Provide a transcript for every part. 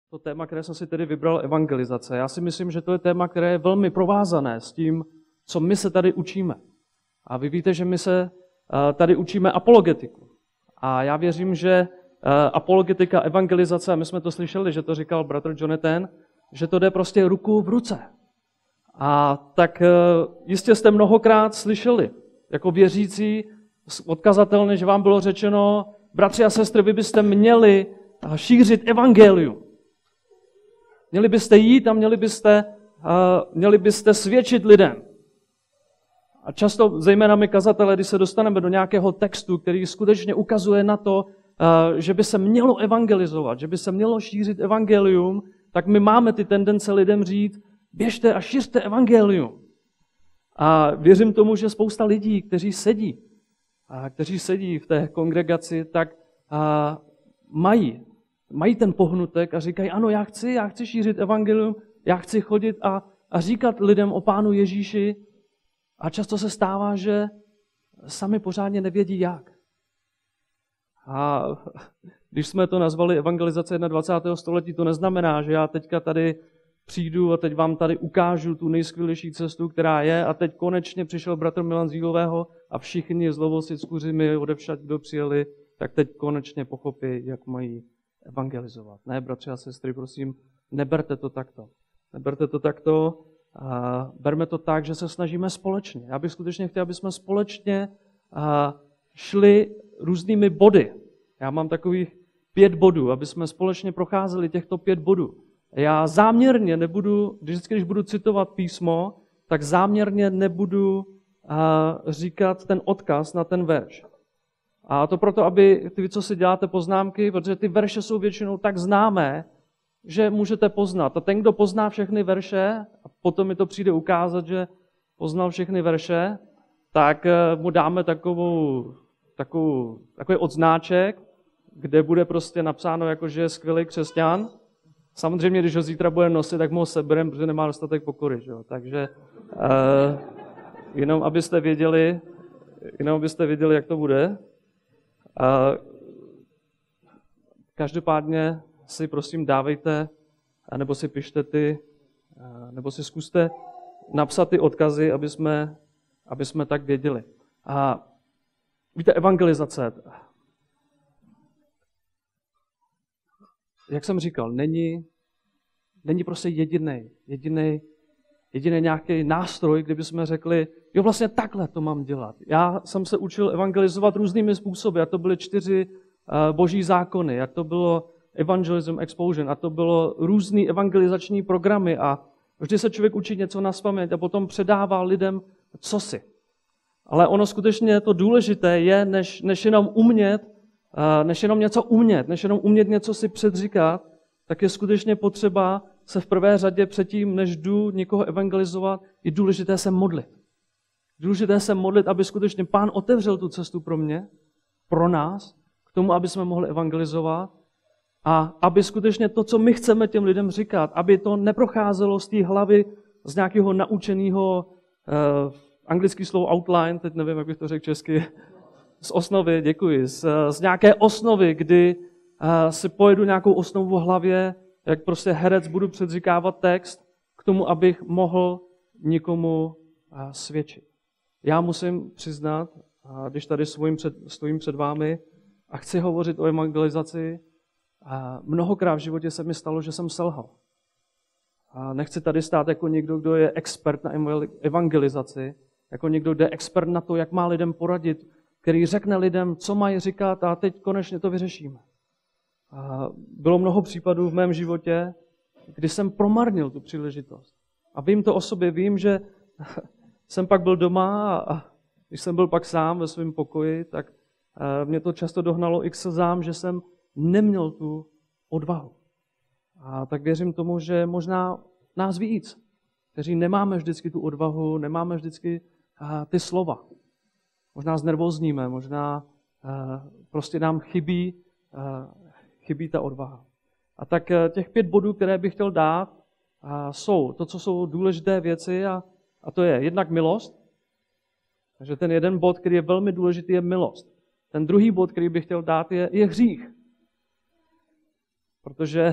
To téma, které jsem si tedy vybral, evangelizace. Já si myslím, že to je téma, které je velmi provázané s tím, co my se tady učíme. A vy víte, že my se tady učíme apologetiku. A já věřím, že apologetika, evangelizace, my jsme to slyšeli, že to říkal bratr Jonathan, že to jde prostě ruku v ruce. A tak jistě jste mnohokrát slyšeli, jako věřící, odkazatelně, že vám bylo řečeno, bratři a sestry, vy byste měli šířit evangelium. Měli byste jít a měli byste svědčit lidem. A často, zejména my kazatelé, když se dostaneme do nějakého textu, který skutečně ukazuje na to, že by se mělo evangelizovat, že by se mělo šířit evangelium, tak my máme ty tendence lidem říct, běžte a šířte evangelium. A věřím tomu, že spousta lidí, kteří sedí v té kongregaci, tak mají ten pohnutek a říkají, ano, já chci šířit evangelium, já chci chodit a říkat lidem o Pánu Ježíši. A často se stává, že sami pořádně nevědí jak. A když jsme to nazvali evangelizace 21. století, to neznamená, že já teďka tady přijdu a teď vám tady ukážu tu nejskvělejší cestu, která je, a teď konečně přišel bratr Milan z Jílového a všichni zlovosit s kuřimi odevšad, kdo přijeli, tak teď konečně pochopí, jak mají evangelizovat. Ne, bratři a sestry, prosím, neberte to takto. Neberte to takto, berme to tak, že se snažíme společně. Já bych skutečně chtěl, aby jsme společně šli různými body. Já mám takových 5 bodů, aby jsme společně procházeli těchto 5 bodů. Já záměrně nebudu, když budu citovat písmo, tak záměrně nebudu říkat ten odkaz na ten verš. A to proto, aby vy, co si děláte poznámky, protože ty verše jsou většinou tak známé, že můžete poznat. A ten, kdo pozná všechny verše, a potom mi to přijde ukázat, že poznal všechny verše, tak mu dáme takový odznáček, kde bude prostě napsáno, jako, že je skvělý křesťan. Samozřejmě, když ho zítra bude nosit, tak mu ho sebereme, protože nemá dostatek pokory. Že? Takže jenom abyste věděli, jak to bude. Každopádně si prosím dávejte, nebo si pište nebo si zkuste napsat ty odkazy, aby jsme tak věděli. A víte, evangelizace, jak jsem říkal, není prostě jediný nějaký nástroj, kde bychom řekli, jo, vlastně takhle to mám dělat. Já jsem se učil evangelizovat různými způsoby, a to byly 4 boží zákony, a to bylo evangelism explosion, a to bylo různý evangelizační programy, a vždy se člověk učí něco naspamět a potom předává lidem cosi. Ale ono skutečně to důležité je, než jenom umět něco si předříkat, tak je skutečně potřeba se v prvé řadě předtím, než jdu někoho evangelizovat, je důležité se modlit. Důležité se modlit, aby skutečně Pán otevřel tu cestu pro mě, pro nás, k tomu, aby jsme mohli evangelizovat, a aby skutečně to, co my chceme těm lidem říkat, aby to neprocházelo z té hlavy, z nějakého naučeného, anglický slovo outline, teď nevím, jak bych to řekl česky, z osnovy, děkuji, z nějaké osnovy, kdy si pojedu nějakou osnovu v hlavě, jak prostě herec budu předříkávat text k tomu, abych mohl nikomu svědčit. Já musím přiznat, když tady stojím před vámi a chci hovořit o evangelizaci, mnohokrát v životě se mi stalo, že jsem selhal. A nechci tady stát jako někdo, kdo je expert na evangelizaci, jako někdo, kdo je expert na to, jak má lidem poradit, který řekne lidem, co mají říkat, a teď konečně to vyřešíme. A bylo mnoho případů v mém životě, kdy jsem promarnil tu příležitost. A vím to o sobě, vím, že jsem pak byl doma a když jsem byl pak sám ve svém pokoji, tak mě to často dohnalo i k slzám, že jsem neměl tu odvahu. A tak věřím tomu, že možná nás víc, kteří nemáme vždycky tu odvahu, nemáme vždycky ty slova. Možná znervozníme, možná prostě nám chybí ta odvaha. A tak těch 5 bodů, které bych chtěl dát, jsou to, co jsou důležité věci, a to je jednak milost. Takže ten jeden bod, který je velmi důležitý, je milost. Ten druhý bod, který bych chtěl dát, je hřích. Protože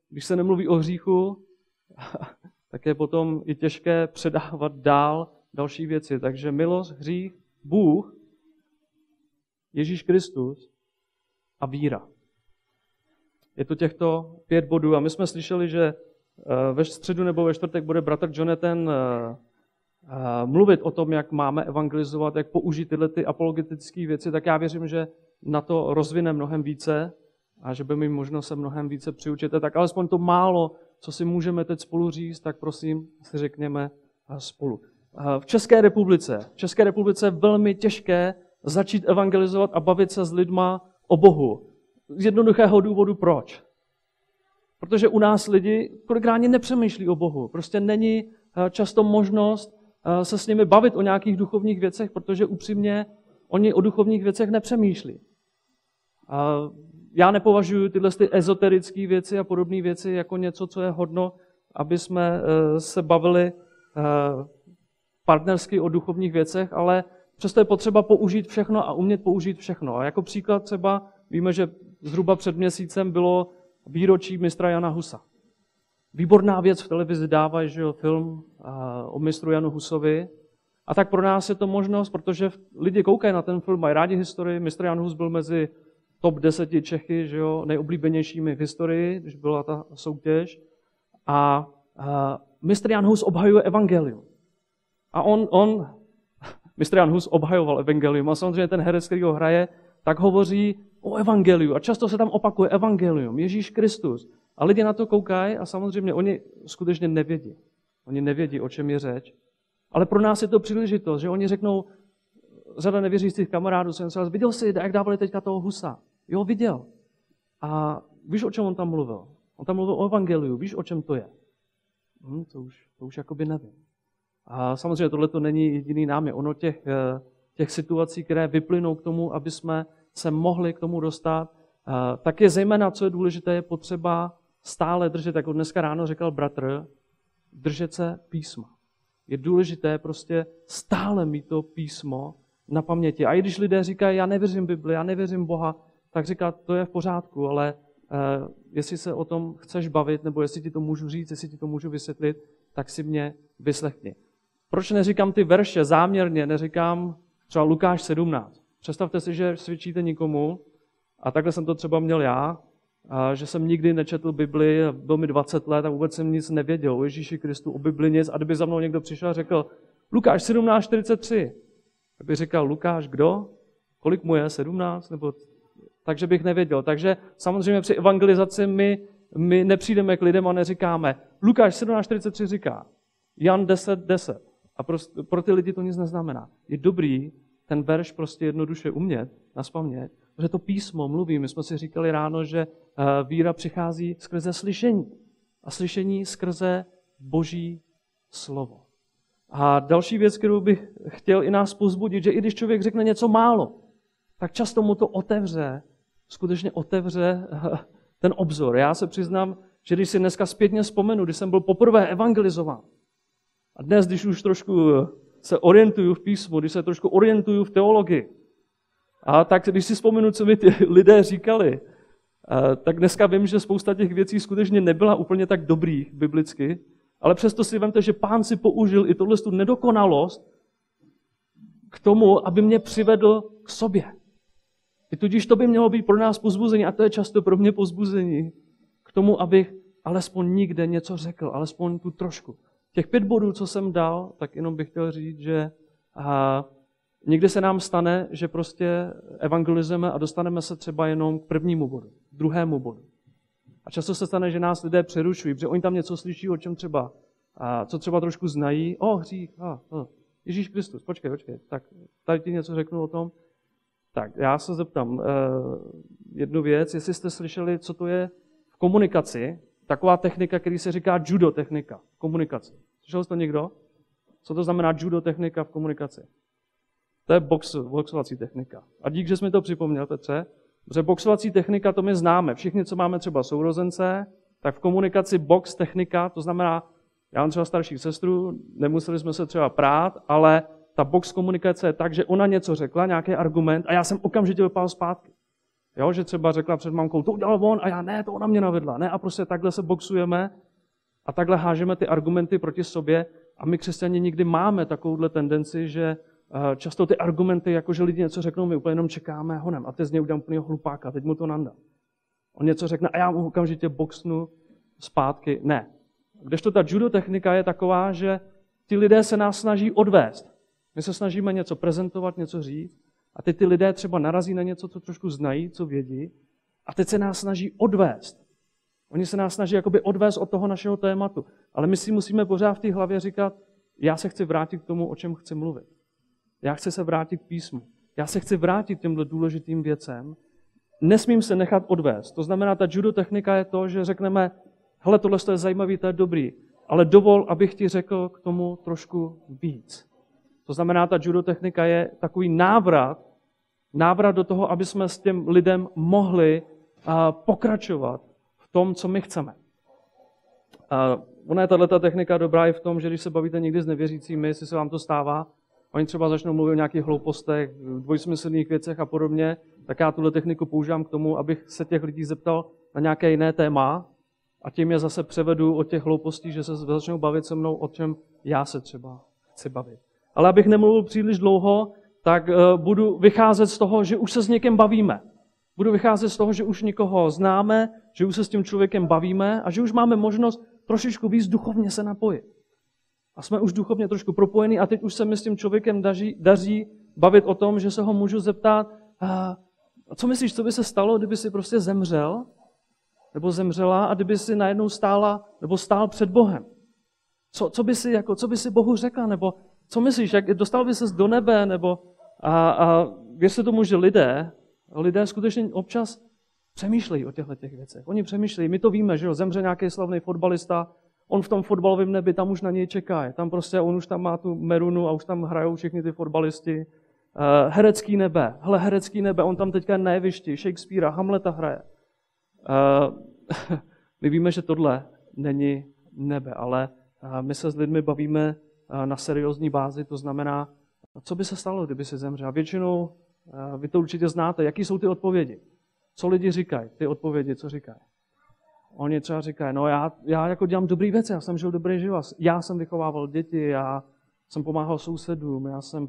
když se nemluví o hříchu, tak je potom i těžké předávat dál další věci. Takže milost, hřích, Bůh, Ježíš Kristus a víra. Je to těchto 5 bodů a my jsme slyšeli, že ve středu nebo ve čtvrtek bude bratr Jonathan mluvit o tom, jak máme evangelizovat, jak použít tyhle ty apologetické věci, tak já věřím, že na to rozvine mnohem více a že by mi možno se mnohem více přiučit. Tak alespoň to málo, co si můžeme teď spolu říct, tak prosím si řekněme spolu. V České republice je velmi těžké začít evangelizovat a bavit se s lidma o Bohu. Z jednoduchého důvodu proč? Protože u nás lidi kolikrát ani nepřemýšlí o Bohu. Prostě není často možnost se s nimi bavit o nějakých duchovních věcech, protože upřímně oni o duchovních věcech nepřemýšlí. Já nepovažuji tyhle ezoterické věci a podobné věci jako něco, co je hodno, aby jsme se bavili partnersky o duchovních věcech, ale přesto je potřeba použít všechno a umět použít všechno. A jako příklad třeba víme, že zhruba před měsícem bylo výročí mistra Jana Husa. Výborná věc v televizi dávají, že jo, film o mistru Janu Husovi. A tak pro nás je to možnost, protože lidi koukají na ten film, mají rádi historii. Mistr Jan Hus byl mezi top 10 Čechy, že jo, nejoblíbenějšími v historii, když byla ta soutěž. A mistr Jan Hus obhajuje evangelium. A mistr Jan Hus obhajoval evangelium. A samozřejmě ten herec, který ho hraje, tak hovoří o evangeliu. A často se tam opakuje evangelium, Ježíš Kristus. A lidi na to koukají a samozřejmě oni skutečně nevědí. Oni nevědí, o čem je řeč. Ale pro nás je to příležitost, že oni řeknou, řada nevěřících kamarádů jsem se viděl jsi, jak dávali teďka toho Husa. Jo, viděl. A víš, o čem on tam mluvil? On tam mluvil o evangeliu. Víš, o čem to je? To už jakoby nevím. A samozřejmě tohle to není jediný námět. Ono těch situací, které vyplynou k tomu, aby jsme se mohli k tomu dostat, tak je zejména, co je důležité, je potřeba stále držet, jako dneska ráno říkal bratr, držet se písma. Je důležité prostě stále mít to písmo na paměti. A i když lidé říkají, já nevěřím Bibli, já nevěřím Boha, tak říká, to je v pořádku, ale jestli se o tom chceš bavit, nebo jestli ti to můžu říct, jestli ti to můžu vysvětlit, tak si mě vyslechni. Proč neříkám ty verše záměrně, neříkám třeba Lukáš 17. Představte si, že svědčíte nikomu, a takhle jsem to třeba měl já, a že jsem nikdy nečetl Bibli, byl mi 20 let a vůbec jsem nic nevěděl o Ježíši Kristu, o Bibli nic, a kdyby za mnou někdo přišel a řekl Lukáš 17:43, tak bych říkal, Lukáš kdo? Kolik mu je? 17? Takže bych nevěděl. Takže samozřejmě při evangelizaci my nepřijdeme k lidem a neříkáme Lukáš 17:43 říká, Jan 10:10. A pro ty lidi to nic neznamená. Je dobrý ten verš prostě jednoduše umět, nazpamět, protože to písmo mluví. My jsme si říkali ráno, že víra přichází skrze slyšení. A slyšení skrze Boží slovo. A další věc, kterou bych chtěl i nás povzbudit, že i když člověk řekne něco málo, tak často mu to skutečně otevře ten obzor. Já se přiznám, že když si dneska zpětně vzpomenu, když jsem byl poprvé evangelizován, a dnes, když už trošku se orientuju v písmu, když se trošku orientuju v teologii, a tak když si vzpomenu, co mi ty lidé říkali, tak dneska vím, že spousta těch věcí skutečně nebyla úplně tak dobrých biblicky, ale přesto si vemte, že Pán si použil i tohle tu nedokonalost k tomu, aby mě přivedl k sobě. I tudíž to by mělo být pro nás povzbuzení, a to je často pro mě povzbuzení, k tomu, abych alespoň někde něco řekl, alespoň tu trošku. Těch 5 bodů, co jsem dal, tak jenom bych chtěl říct, že někdy se nám stane, že prostě evangelizujeme a dostaneme se třeba jenom k prvnímu bodu, k druhému bodu. A často se stane, že nás lidé přerušují, protože oni tam něco slyší, o čem třeba, co třeba trošku znají. Hřích, Ježíš Kristus, počkej, tak tady ti něco řeknu o tom. Tak, já se zeptám jednu věc, jestli jste slyšeli, co to je v komunikaci, taková technika, který se říká judo technika v komunikaci. Slyšel jste to někdo? Co to znamená judo technika v komunikaci? To je boxovací technika. A dík, že jsi mi to připomněl, Petře, protože boxovací technika, to my známe. Všichni, co máme třeba sourozence, tak v komunikaci box technika, to znamená, já mám třeba starší sestru, nemuseli jsme se třeba prát, ale ta box komunikace je tak, že ona něco řekla, nějaký argument, a já jsem okamžitě vypál zpátky. Jo, že třeba řekla před mamkou, to udělal on a já ne, to ona mě navedla. Ne, a prostě takhle se boxujeme a takhle hážeme ty argumenty proti sobě a my křesťani nikdy máme takovouhle tendenci, že často ty argumenty, jakože lidi něco řeknou, my úplně jenom čekáme honem a teď z něj udělám úplného hlupáka, teď mu to nandám. On něco řekne a já mu okamžitě boxnu zpátky. Ne. Kdežto ta judo technika je taková, že ty lidé se nás snaží odvést. My se snažíme něco prezentovat, něco říct a teď ty lidé třeba narazí na něco, co trošku znají, co vědí a teď se nás snaží odvést. Oni se nás snaží jakoby odvést od toho našeho tématu. Ale my si musíme pořád v té hlavě říkat, já se chci vrátit k tomu, o čem chci mluvit. Já chci se vrátit k písmu. Já se chci vrátit k těmhle důležitým věcem. Nesmím se nechat odvést. To znamená, ta judo technika je to, že řekneme, hele, tohle je zajímavý, to je dobrý, ale dovol, abych ti řekl k tomu trošku víc. To znamená, ta judo technika je takový návrat do toho, aby jsme s těm lidem mohli pokračovat v tom, co my chceme. Ona je tato technika dobrá i v tom, že když se bavíte někdy s nevěřícími, jestli se vám to stává, oni třeba začnou mluvit o nějakých hloupostech, dvojsmyslných věcech a podobně, tak já tuhle techniku používám k tomu, abych se těch lidí zeptal na nějaké jiné téma a tím je zase převedu od těch hloupostí, že se začnou bavit se mnou, o čem já se třeba chci bavit. Ale abych nemluvil příliš dlouho, tak budu vycházet z toho, že už se s někým bavíme. Budu vycházet z toho, že už někoho známe, že už se s tím člověkem bavíme a že už máme možnost trošičku víc duchovně se napojit. A jsme už duchovně trošku propojení a teď už se mi s tím člověkem daří bavit o tom, že se ho můžu zeptat, co myslíš, co by se stalo, kdyby si prostě zemřel, nebo zemřela a kdyby si najednou stála, nebo stál před Bohem. Co by si Bohu řekla, nebo co myslíš, jak dostal by ses do nebe, nebo a věřte tomu, že lidé skutečně občas přemýšlejí o těchto věcech. Oni přemýšlejí, my to víme, že jo, zemře nějaký slavný fotbalista, on v tom fotbalovém nebi, tam už na něj čeká. Tam prostě, on už tam má tu merunu a už tam hrajou všichni ty fotbalisti. Herecký nebe, on tam teďka je na jevišti, Shakespearea, Hamleta hraje. My víme, že tohle není nebe, ale my se s lidmi bavíme na seriózní bázi, to znamená, co by se stalo, kdyby si zemřel. A většinou, vy to určitě znáte, jaký jsou ty odpovědi. Co lidi říkají, ty odpovědi, co říkají. Oni třeba říkají, no já jako dělám dobrý věci, já jsem žil dobrý život, já jsem vychovával děti, já jsem pomáhal sousedům, já jsem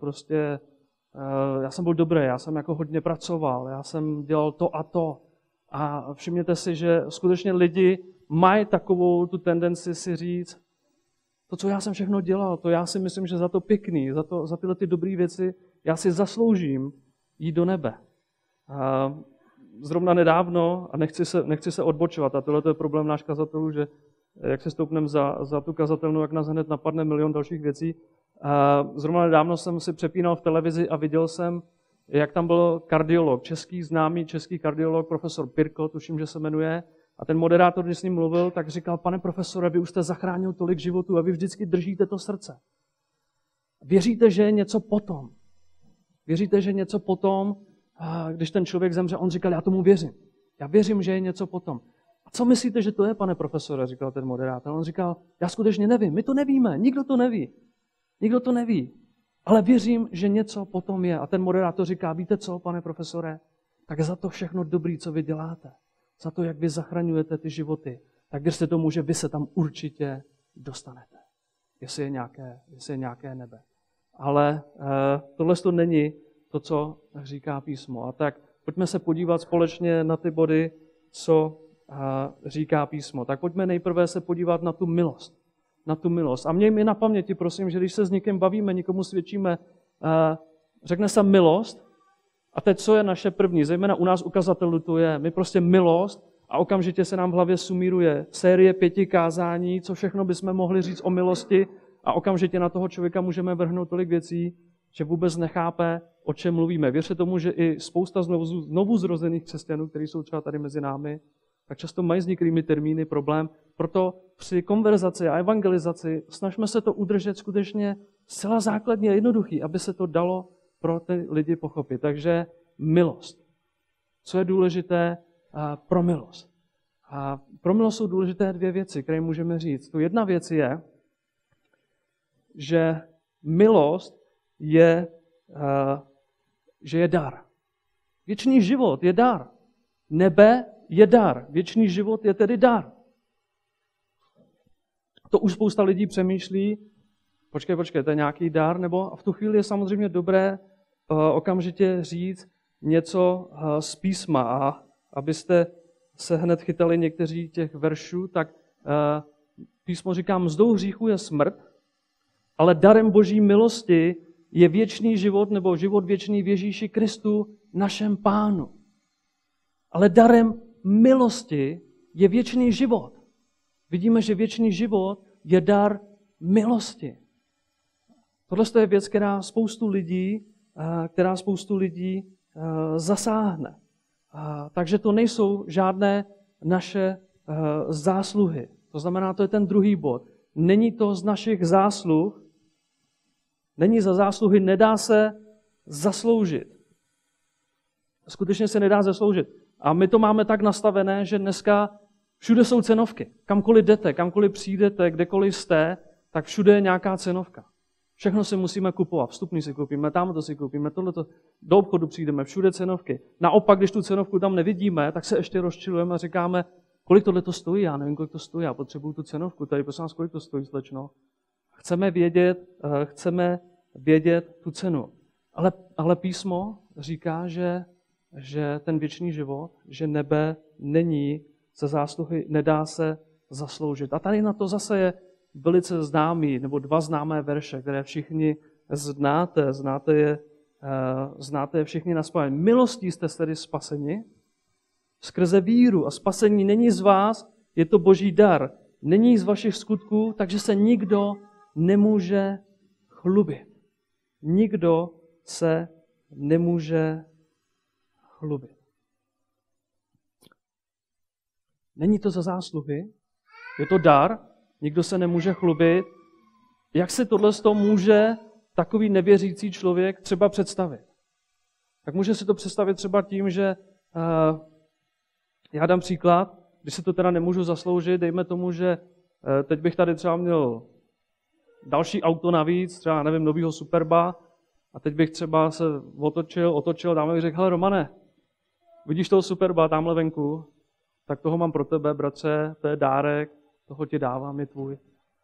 byl dobrý, já jsem jako hodně pracoval, já jsem dělal to a to. A všimněte si, že skutečně lidi mají takovou tu tendenci si říct, to, co já jsem všechno dělal, to já si myslím, že za to pěkný, za tyhle ty dobré věci, já si zasloužím jít do nebe. A zrovna nedávno, a nechci se odbočovat, a tohle je problém náš kazatelů, že jak se stoupneme za tu kazatelnu, jak nás hned napadne milion dalších věcí. A zrovna nedávno jsem si přepínal v televizi a viděl jsem, jak tam byl kardiolog, známý český kardiolog, profesor Pirko, tuším, že se jmenuje, a ten moderátor, když s ním mluvil, tak říkal, pane profesore, vy už jste zachránil tolik životů a vy vždycky držíte to srdce. Věříte, že je něco potom? Věříte, že něco potom, když ten člověk zemře, on říkal, já tomu věřím. Já věřím, že je něco potom. A co myslíte, že to je, pane profesore, říkal ten moderátor. On říkal, já skutečně nevím, my to nevíme, nikdo to neví. Ale věřím, že něco potom je. A ten moderátor říká, víte co, pane profesore, tak za to všechno dobrý, co vy děláte, za to, jak vy zachraňujete ty životy, tak věřte tomu, že vy se tam určitě dostanete. Jestli je nějaké nebe. Ale tohle to není to, co říká písmo. A tak pojďme se podívat společně na ty body, co říká písmo. Tak pojďme nejprve se podívat na tu milost. A měj mi na paměti, prosím, že když se s někým bavíme, nikomu svědčíme, řekne se milost, a teď co je naše první, zejména u nás ukazatelů to je, my prostě milost a okamžitě se nám v hlavě sumíruje série 5 kázání, co všechno bychom mohli říct o milosti a okamžitě na toho člověka můžeme vrhnout tolik věcí, že vůbec nechápe, o čem mluvíme. Věřte tomu, že i spousta znovu zrozených křesťanů, kteří jsou třeba tady mezi námi, tak často mají s některými termíny problém. Proto při konverzaci a evangelizaci snažme se to udržet skutečně zcela základně a jednoduchý, aby se to dalo pro ty lidi pochopit. Takže milost. Co je důležité pro milost? A pro milost jsou důležité 2 věci, které můžeme říct. Tu jedna věc je, že milost je dar. Věčný život je dar. Nebe je dar. Věčný život je tedy dar. To už spousta lidí přemýšlí, počkej, to je nějaký dar, nebo a v tu chvíli je samozřejmě dobré okamžitě říct něco z písma. A abyste se hned chytali někteří těch veršů, tak písmo říká, mzdou hříchu je smrt, ale darem Boží milosti je věčný život nebo život věčný v Ježíši Kristu, našem Pánu. Ale darem milosti je věčný život. Vidíme, že věčný život je dar milosti. Tohle je věc, která spoustu lidí zasáhne. Takže to nejsou žádné naše zásluhy. To znamená, to je ten druhý bod. Není to z našich zásluh, není za zásluhy, nedá se zasloužit. Skutečně se nedá zasloužit. A my to máme tak nastavené, že dneska všude jsou cenovky. Kamkoliv jdete, kamkoliv přijdete, kdekoliv jste, tak všude je nějaká cenovka. Všechno si musíme kupovat. Vstupný si koupíme, tamto si koupíme, tohleto. Do obchodu přijdeme, všude cenovky. Naopak, když tu cenovku tam nevidíme, tak se ještě rozčilujeme a říkáme, kolik tohleto stojí, já nevím, kolik to stojí, já potřebuju tu cenovku. Tady prosím vás, kolik to stojí, slečno. Chceme vědět tu cenu. Ale písmo říká, že ten věčný život, že nebe není za zásluhy, nedá se zasloužit. A tady na to zase je velice známý, nebo dva známé verše, které všichni znáte. Znáte je všichni naspaměť. Milostí jste tedy spaseni skrze víru. A spasení není z vás, je to Boží dar. Není z vašich skutků, takže se nikdo nemůže chlubit. Nikdo se nemůže chlubit. Není to za zásluhy, je to dar, nikdo se nemůže chlubit. Jak si tohle může takový nevěřící člověk třeba představit? Tak může si to představit třeba tím, že já dám příklad, když se to teda nemůžu zasloužit, dejme tomu, že teď bych tady třeba měl další auto navíc, třeba nevím, novýho Superba, a teď bych třeba se otočil, dáme bych řekl, hele Romane, vidíš toho Superba tamhle venku, tak toho mám pro tebe, bratře, to je dárek, toho ti dávám, je tvůj.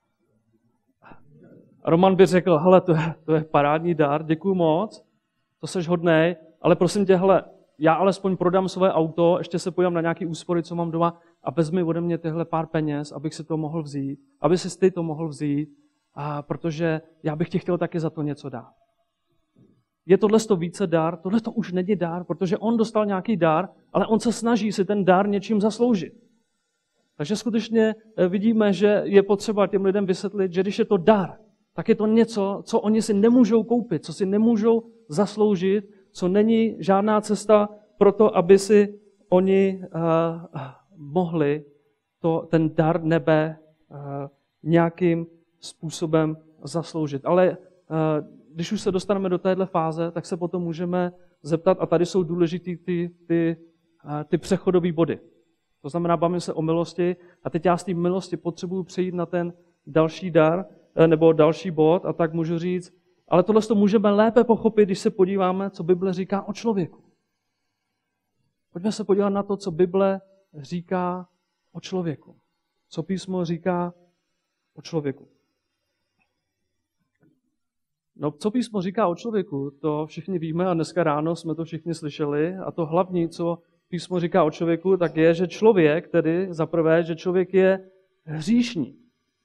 A Roman by řekl, hele, to je parádní dár, děkuju moc, to seš hodnej, ale prosím tě, hele, já alespoň prodám své auto, ještě se podívám na nějaký úspory, co mám doma, a vezmi ode mě tyhle pár peněz, abych si to mohl vzít, aby si ty to mohl vzít, protože já bych ti chtěl taky za to něco dát. Je tohle více dar? Tohle to už není dar, protože on dostal nějaký dar, ale on se snaží si ten dar něčím zasloužit. Takže skutečně vidíme, že je potřeba těm lidem vysvětlit, že když je to dar, tak je to něco, co oni si nemůžou koupit, co si nemůžou zasloužit, co není žádná cesta pro to, aby si oni mohli ten dar nebe nějakým způsobem zasloužit. Ale když už se dostaneme do téhle fáze, tak se potom můžeme zeptat, a tady jsou důležitý ty přechodové body. To znamená, bavíme se o milosti a teď já z té milosti potřebuji přejít na ten další dar nebo další bod a tak můžu říct, ale tohle to můžeme lépe pochopit, když se podíváme, co Bible říká o člověku. Pojďme se podívat na to, co Bible říká o člověku. Co písmo říká o člověku. No, co písmo říká o člověku, to všichni víme a dneska ráno jsme to všichni slyšeli. A to hlavní, co písmo říká o člověku, tak je, že člověk, tedy za prvé, že člověk je hříšník.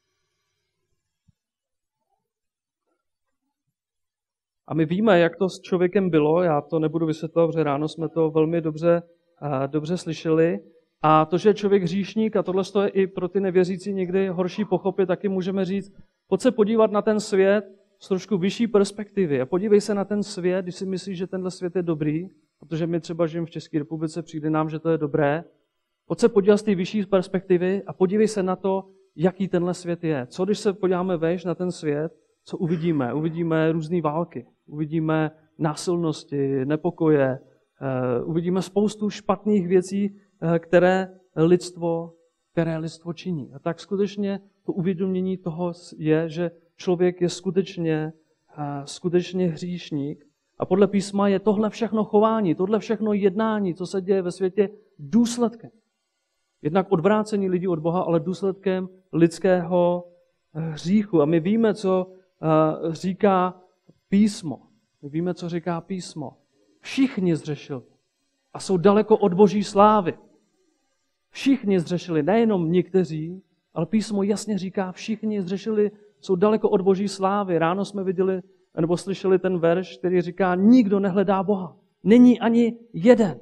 A my víme, jak to s člověkem bylo, já to nebudu vysvětlovat, protože ráno jsme to velmi dobře slyšeli. A to, že je člověk hříšník, a tohle je i pro ty nevěřící někdy horší pochopit, taky můžeme říct, pojď se podívat na ten svět z trošku vyšší perspektivy. A podívej se na ten svět, když si myslíš, že tenhle svět je dobrý, protože my třeba žijeme v České republice, přijde nám, že to je dobré. Pojď se podívat z té vyšší perspektivy a podívej se na to, jaký tenhle svět je. Co když se podíváme vejš na ten svět, co uvidíme? Uvidíme různé války, uvidíme násilnosti, nepokoje, uvidíme spoustu špatných věcí, které lidstvo činí. A tak skutečně to uvědomění toho je, že člověk je skutečně hříšník. A podle písma je tohle všechno chování, tohle všechno jednání, co se děje ve světě, důsledkem. Jednak odvrácení lidí od Boha, ale důsledkem lidského hříchu. A my víme, co říká písmo. My víme, co říká písmo. Všichni zřešili a jsou daleko od Boží slávy. Všichni zřešili, nejenom někteří, ale písmo jasně říká, všichni zřešili, jsou daleko od Boží slávy. Ráno jsme viděli, nebo slyšeli ten verš, který říká, nikdo nehledá Boha. Není ani jeden.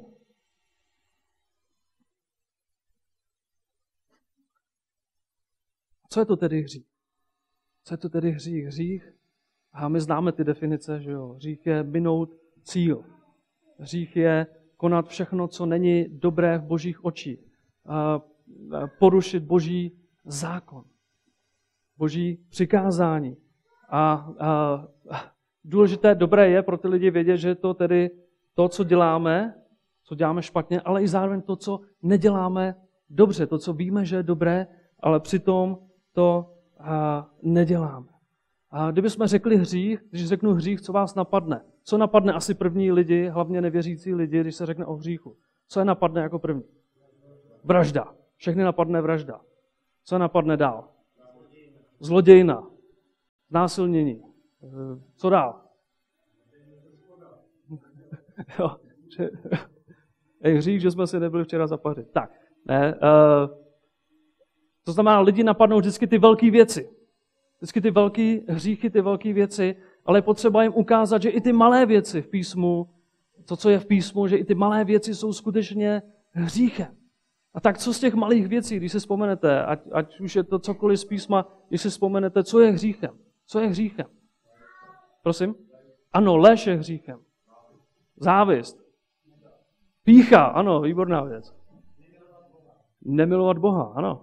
Co je to tedy hřích? Co je to tedy hřích? Hřích, a my známe ty definice, že jo? Hřích je minout cíl. Hřích je konat všechno, co není dobré v Božích očích. Porušit Boží zákon. Boží přikázání. A důležité, dobré je pro ty lidi vědět, že to tedy to, co děláme špatně, ale i zároveň to, co neděláme dobře. To, co víme, že je dobré, ale přitom to neděláme. A kdybychom řekli hřích, když řeknu hřích, co vás napadne? Co napadne asi první lidi, hlavně nevěřící lidi, když se řekne o hříchu? Co je napadne jako první? Vražda. Všechny napadne vražda. Co napadne dál? Zlodějna. Znásilnění. Co dál? Hřích, že jsme si nebyli včera zapařit. Tak, ne. To znamená, lidi napadnou vždycky ty velké věci. Vždycky ty velké hříchy, ty velké věci, ale je potřeba jim ukázat, že i ty malé věci v písmu, to, co je v písmu, že i ty malé věci jsou skutečně hříchem. A tak co z těch malých věcí, když si vzpomenete, ať už je to cokoliv z písma, když si vzpomenete, co je hříchem? Co je hříchem? Prosím? Ano, lež je hříchem. Závist. Pýcha, ano, výborná věc. Nemilovat Boha, ano.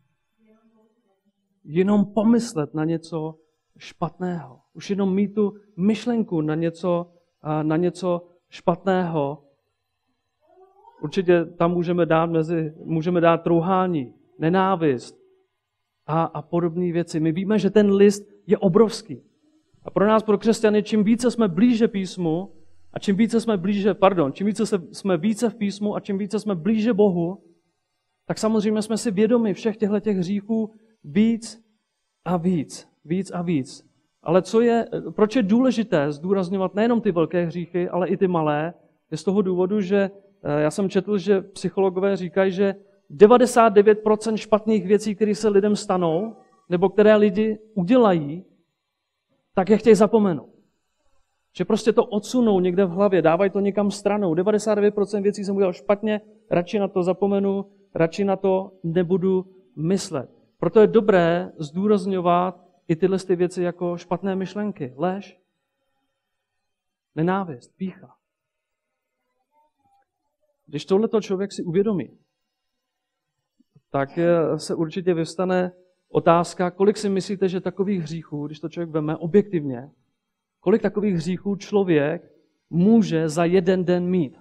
Jenom pomyslet na něco špatného. Už jenom mít tu myšlenku na něco špatného. Určitě tam můžeme dát trouhání, nenávist a podobné věci. My víme, že ten list je obrovský. A pro nás, pro křesťany, čím více jsme blíže písmu, a čím více jsme více v písmu a čím více jsme blíže Bohu, tak samozřejmě jsme si vědomi všech těchto hříchů víc a víc. Ale proč je důležité zdůrazňovat nejenom ty velké hříchy, ale i ty malé, je z toho důvodu, že já jsem četl, že psychologové říkají, že 99% špatných věcí, které se lidem stanou, nebo které lidi udělají, tak je chtějí zapomenout. Že prostě to odsunou někde v hlavě, dávají to někam stranou. 99% věcí jsem udělal špatně, radši na to zapomenu, radši na to nebudu myslet. Proto je dobré zdůrazňovat i tyhle věci jako špatné myšlenky. Lež, nenávist, pýcha. Když tohleto člověk si uvědomí, tak se určitě vyvstane otázka, kolik si myslíte, že takových hříchů, když to člověk veme objektivně, kolik takových hříchů člověk může za jeden den mít?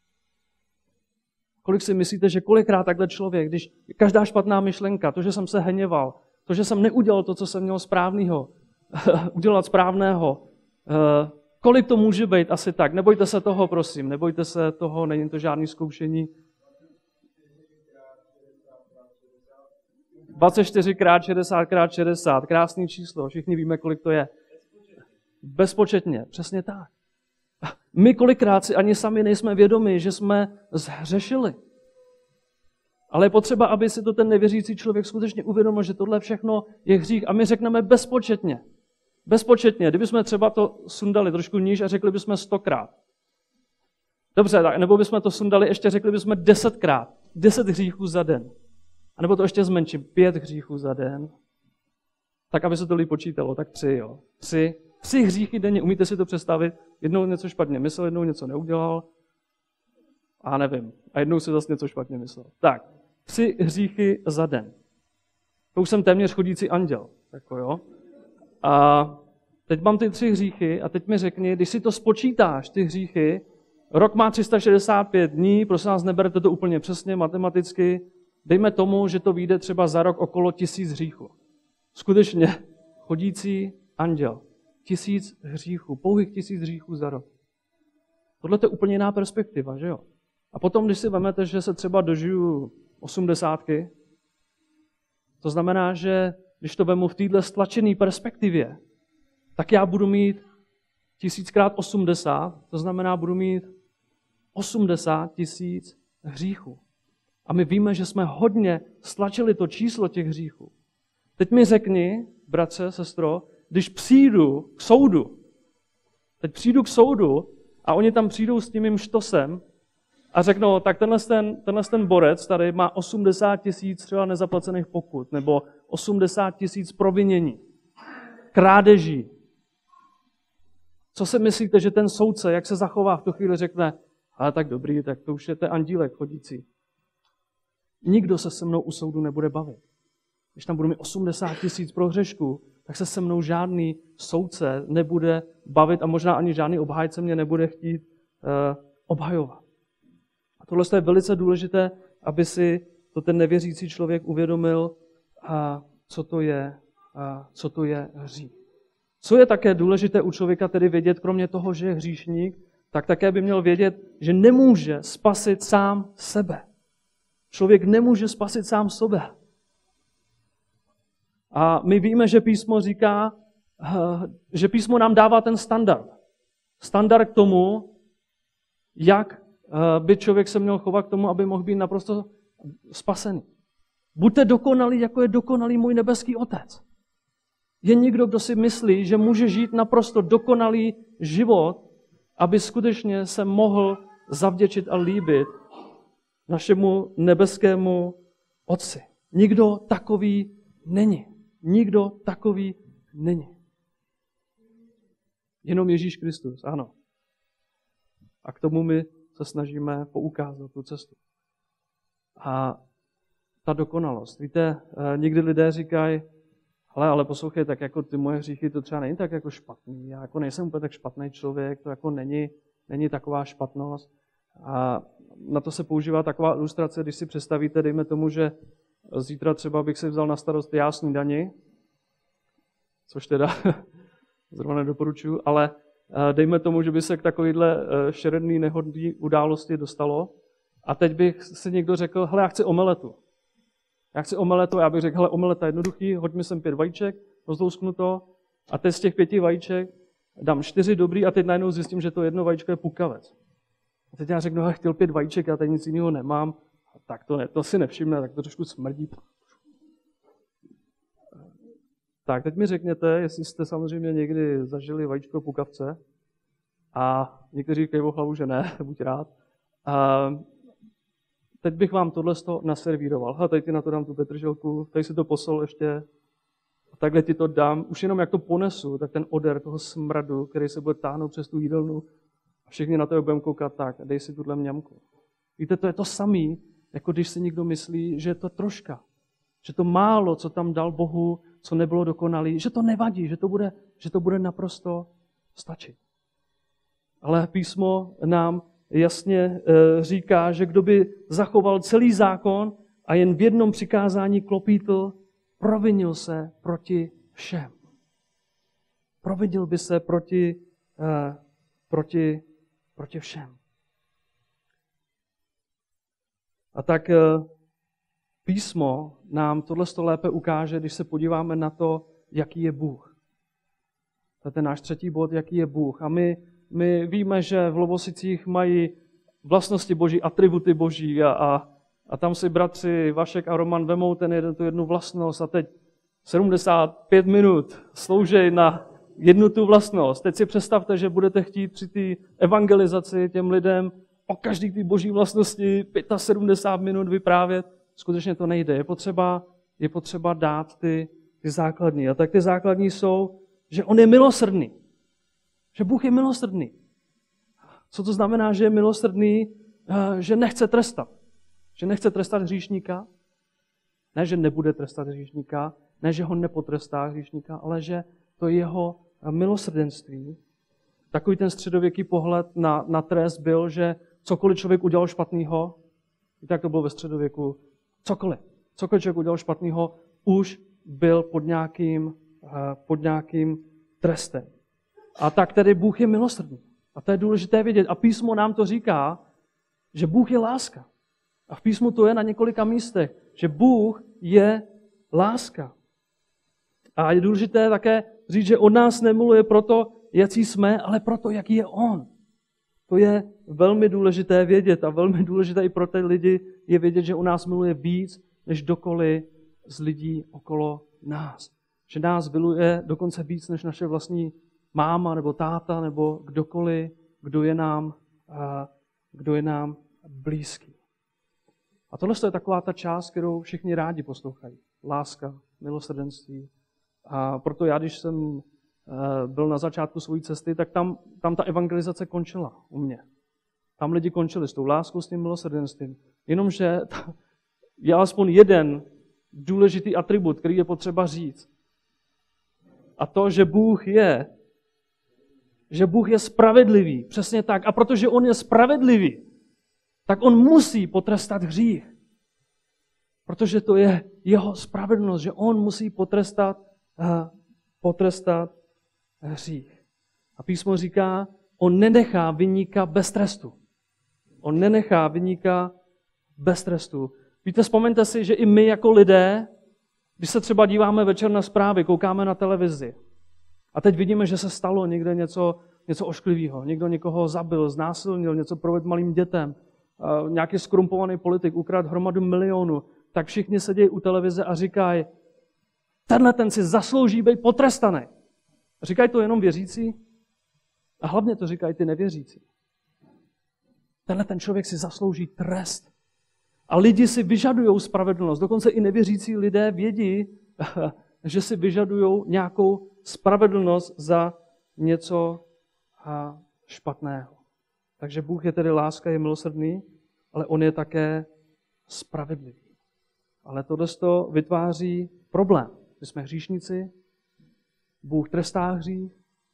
Kolik si myslíte, že kolikrát takhle člověk, když každá špatná myšlenka, to, že jsem se hněval, to, že jsem neudělal to, co jsem měl udělat správného, kolik to může být asi tak? Nebojte se toho, prosím, nebojte se toho, není to žádný zkoušení. 24x60x60, krásný číslo, všichni víme, kolik to je. Bezpočetně, přesně tak. My kolikrát si ani sami nejsme vědomi, že jsme zhřešili. Ale je potřeba, aby si to ten nevěřící člověk skutečně uvědomil, že tohle všechno je hřích. A my řekneme bezpočetně. Bezpočetně. Kdybychom třeba to sundali trošku níž a řekli bychom 100krát. Dobře, tak, nebo bychom to sundali, ještě řekli bychom 10krát. 10 hříchů za den. A nebo to ještě zmenším, 5 hříchů za den. Tak, aby se to líp počítalo, tak 3, jo. 3 hříchy denně, umíte si to představit? Jednou něco špatně myslel, jednou něco neudělal. A nevím. A jednou si zase něco špatně myslel. Tak, 3 hříchy za den. To už jsem téměř chodící anděl. Tako, jo. A teď mám ty 3 hříchy a teď mi řekni, když si to spočítáš, ty hříchy, rok má 365 dní, prosím vás, neberte to úplně přesně matematicky, dejme tomu, že to vyjde třeba za rok okolo 1000 hříchů. Skutečně chodící anděl. 1000 hříchů, pouhých 1000 hříchů za rok. Tohle je úplně jiná perspektiva, že jo? A potom, když si vezmete, že se třeba dožiju 80, to znamená, že když to vemu v této stlačené perspektivě, tak já budu mít 1000x80, to znamená, budu mít 80 000 hříchů. A my víme, že jsme hodně stlačili to číslo těch hříchů. Teď mi řekni, bratře, sestro, když přijdu k soudu a oni tam přijdou s tím mým štosem a řeknou, tak tenhle ten borec tady má 80 000 třeba nezaplacených pokut, nebo 80 000 provinění, krádeží. Co si myslíte, že ten soudce, jak se zachová v tu chvíli, řekne, ale tak dobrý, tak to už je ten andílek chodící. Nikdo se se mnou u soudu nebude bavit. Když tam budu mít 80 000 prohřešků, tak se se mnou žádný soudce nebude bavit a možná ani žádný obhájce mě nebude chtít obhajovat. A tohle je velice důležité, aby si to ten nevěřící člověk uvědomil, co to je hřích. Co je také důležité u člověka tedy vědět, kromě toho, že je hříšník, tak také by měl vědět, že nemůže spasit sám sebe. Člověk nemůže spasit sám sebe. A my víme, že písmo říká, že písmo nám dává ten standard. Standard k tomu, jak by člověk se měl chovat k tomu, aby mohl být naprosto spasený. Buďte dokonalí, jako je dokonalý můj nebeský Otec. Je někdo, kdo si myslí, že může žít naprosto dokonalý život, aby skutečně se mohl zavděčit a líbit našemu nebeskému Otci. Nikdo takový není. Nikdo takový není. Jenom Ježíš Kristus, ano. A k tomu my se snažíme poukázat tu cestu. A ta dokonalost. Víte, někdy lidé říkají, ale poslouchej, tak jako ty moje hříchy, to třeba není tak jako špatný. Já jako nejsem úplně tak špatný člověk, to jako není taková špatnost. A na to se používá taková ilustrace, když si představíte, dejme tomu, že zítra třeba bych si vzal na starost já snídani, což teda zrovna nedoporučuji, ale dejme tomu, že by se k takovýhle šeredný nehodný události dostalo a teď bych si někdo řekl, hele, já chci omeletu. Já bych řekl, hele, omeleta jednoduchý, hoď mi sem 5 vajíček, rozlousknu to a teď z těch 5 vajíček dám 4 dobrý a teď najednou zjistím, že to jedno vajíčko je pukavec. A teď já řeknu, hele, chtěl 5 vajíček, já tady nic jiného nemám, tak to si nevšimne, tak to trošku smrdí. Tak, teď mi řekněte, jestli jste samozřejmě někdy zažili vajíčko pukavce a někteří říkají o hlavu, že ne, buď rád. A teď bych vám tohle naservíroval. Hele, tady ti na to dám tu petrželku, tady si to posol ještě, takhle ti to dám. Už jenom jak to ponesu, tak ten odér toho smradu, který se bude táhnout přes tu jídelnu a všichni na to budeme koukat tak, dej si tuhle mňamku. Víte, to je to samý, jako když si někdo myslí, že je to troška, že to málo, co tam dal Bohu, co nebylo dokonalý, že to nevadí, že to bude naprosto stačit. Ale písmo nám jasně říká, že kdo by zachoval celý zákon a jen v jednom přikázání klopítl, provinil se proti všem. Provinil by se proti všem. A tak písmo nám tohle lépe ukáže, když se podíváme na to, jaký je Bůh. To je ten náš 3. bod, jaký je Bůh. A my víme, že v Lovosicích mají vlastnosti Boží, atributy Boží a tam si bratři Vašek a Roman vemou tu jednu vlastnost a teď 75 minut slouží na jednu tu vlastnost. Teď si představte, že budete chtít při té evangelizaci těm lidem o každý ty Boží vlastnosti 75 minut vyprávět. Skutečně to nejde. Je potřeba dát ty základní. A tak ty základní jsou, že on je milosrdný. Že Bůh je milosrdný. Co to znamená, že je milosrdný? Že nechce trestat. Že nechce trestat hříšníka. Ne, že nebude trestat hříšníka. Ne, že ho nepotrestá hříšníka, ale že to je jeho milosrdenství. Takový ten středověký pohled na trest byl, že cokoliv člověk udělal špatného, víte, jak to bylo ve středověku, cokoliv člověk udělal špatného, už byl pod nějakým trestem. A tak tedy Bůh je milosrdný. A to je důležité vědět. A písmo nám to říká, že Bůh je láska. A v písmu to je na několika místech, že Bůh je láska. A je důležité také říct, že od nás nemiluje proto, jaký jsme, ale proto, jaký je on. To je velmi důležité vědět a velmi důležité i pro ty lidi je vědět, že u nás miluje víc, než kdokoliv z lidí okolo nás. Že nás miluje dokonce víc, než naše vlastní máma nebo táta nebo kdokoliv, kdo je nám blízký. A tohle je taková ta část, kterou všichni rádi poslouchají. Láska, milosrdenství. A proto já, když jsem byl na začátku své cesty, tak tam ta evangelizace končila u mě. Tam lidi končili s tou láskou, s tím milosrdenstvím. Jenomže je alespoň jeden důležitý atribut, který je potřeba říct. A to, že Bůh je spravedlivý. Přesně tak. A protože on je spravedlivý, tak on musí potrestat hřích. Protože to je jeho spravedlnost, že on musí potrestat hřích. A písmo říká, on nenechá viníka bez trestu. On nenechá viníka bez trestu. Víte, vzpomeňte si, že i my jako lidé, když se třeba díváme večer na zprávy, koukáme na televizi a teď vidíme, že se stalo někde něco ošklivého. Někdo někoho zabil, znásilnil, něco provedl malým dětem, nějaký skorumpovaný politik ukradl hromadu milionů, tak všichni sedějí u televize a říkají, tenhle ten si zaslouží být potrestaný. Říkají to jenom věřící a hlavně to říkají ty nevěřící. Tenhle ten člověk si zaslouží trest. A lidi si vyžadují spravedlnost. Dokonce i nevěřící lidé vědí, že si vyžadují nějakou spravedlnost za něco špatného. Takže Bůh je tedy láska, je milosrdný, ale on je také spravedlivý. Ale tohle vytváří problém. My jsme hříšníci, Bůh trestá hřích.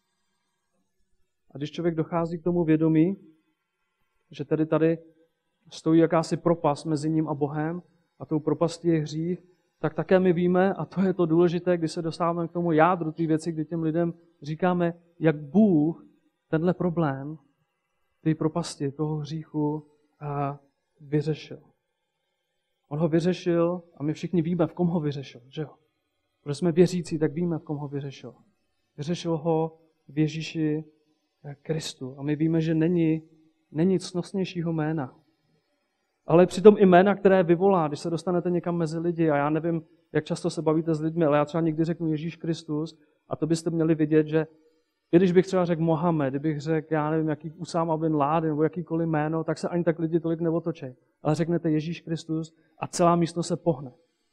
A když člověk dochází k tomu vědomí, že tedy tady stojí jakási propast mezi ním a Bohem a tou propastí je hřích, tak také my víme, a to je to důležité, když se dostáváme k tomu jádru té věci, kdy těm lidem říkáme, jak Bůh tenhle problém, té propasti, toho hříchu vyřešil. On ho vyřešil a my všichni víme, v kom ho vyřešil, že jo? Protože jsme věřící, tak víme, v kom ho vyřešil. Vyřešil ho v Ježíši Kristu. A my víme, že není cnostnějšího jména. Ale přitom i jména, které vyvolá, když se dostanete někam mezi lidi, a já nevím, jak často se bavíte s lidmi, ale já třeba někdy řeknu Ježíš Kristus, a to byste měli vidět, že i když bych třeba řekl Mohamed, kdybych řekl, já nevím, jaký Usáma bin Laden nebo jakýkoliv jméno, tak se ani tak lidi tolik neotočí. Ale řeknete Ježíš Kristus a celá místnost se pohne.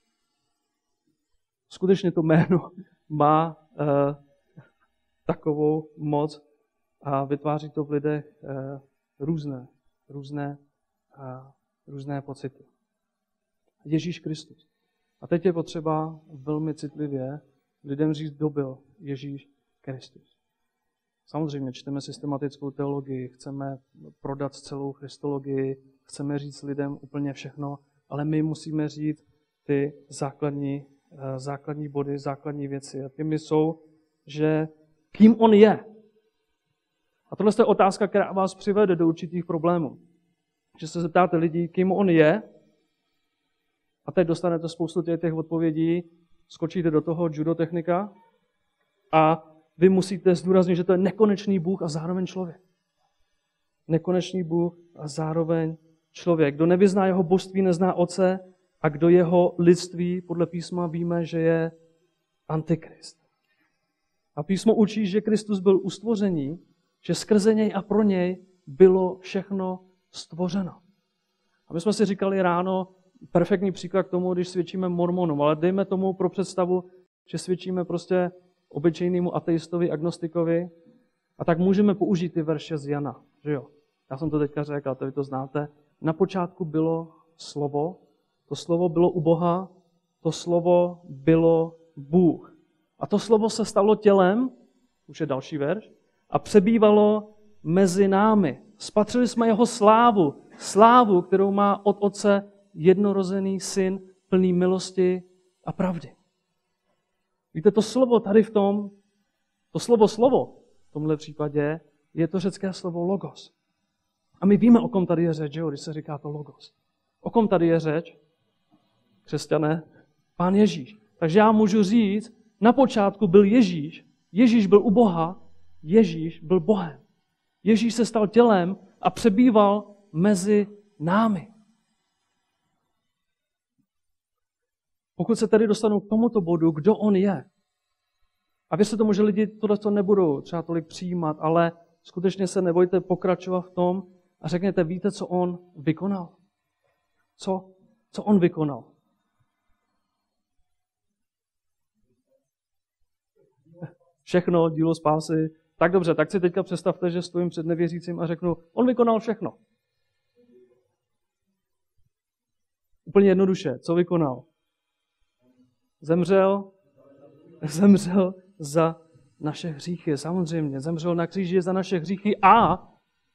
Skutečně to jméno má takovou moc a vytváří to v lidech různé pocity. Ježíš Kristus. A teď je potřeba velmi citlivě lidem říct, kdo byl Ježíš Kristus. Samozřejmě čteme systematickou teologii, chceme prodat celou christologii, chceme říct lidem úplně všechno, ale my musíme říct ty základní body, základní věci. A těmi jsou, že kým on je. A tohle je otázka, která vás přivede do určitých problémů. Že se zeptáte lidí, kým on je, a teď dostanete spoustu těch odpovědí, skočíte do toho judotechnika a vy musíte zdůraznit, že to je nekonečný Bůh a zároveň člověk. Nekonečný Bůh a zároveň člověk. Kdo nevyzná jeho božství, nezná Otce, a kdo jeho lidství, podle písma víme, že je Antikrist. A písmo učí, že Kristus byl u stvoření, že skrze něj a pro něj bylo všechno stvořeno. A my jsme si říkali ráno, perfektní příklad k tomu, když svědčíme mormonům, ale dejme tomu pro představu, že svědčíme prostě obyčejnému ateistovi, agnostikovi, a tak můžeme použít ty verše z Jana, že jo? Já jsem to teďka řekl, a to vy to znáte. Na počátku bylo slovo, to slovo bylo u Boha, to slovo bylo Bůh. A to slovo se stalo tělem, už je další verš, a přebývalo mezi námi. Spatřili jsme jeho slávu, kterou má od Otce jednorozený syn, plný milosti a pravdy. Víte, to slovo tady v tom, to slovo v tomhle případě je to řecké slovo logos. A my víme, o kom tady je řeč, jo, když se říká to logos. O kom tady je řeč? Křesťané, Pán Ježíš. Takže já můžu říct, na počátku byl Ježíš, Ježíš byl u Boha, Ježíš byl Bohem. Ježíš se stal tělem a přebýval mezi námi. Pokud se tedy dostanou k tomuto bodu, kdo on je, a věřte tomu, že lidi tohle nebudou třeba tolik přijímat, ale skutečně se nebojte pokračovat v tom a řekněte, víte, co on vykonal? Co on vykonal? Všechno, dílo spásy. Tak dobře, tak si teďka představte, že stojím před nevěřícím a řeknu, on vykonal všechno. Úplně jednoduše, co vykonal? Zemřel za naše hříchy, samozřejmě. Zemřel na kříži za naše hříchy a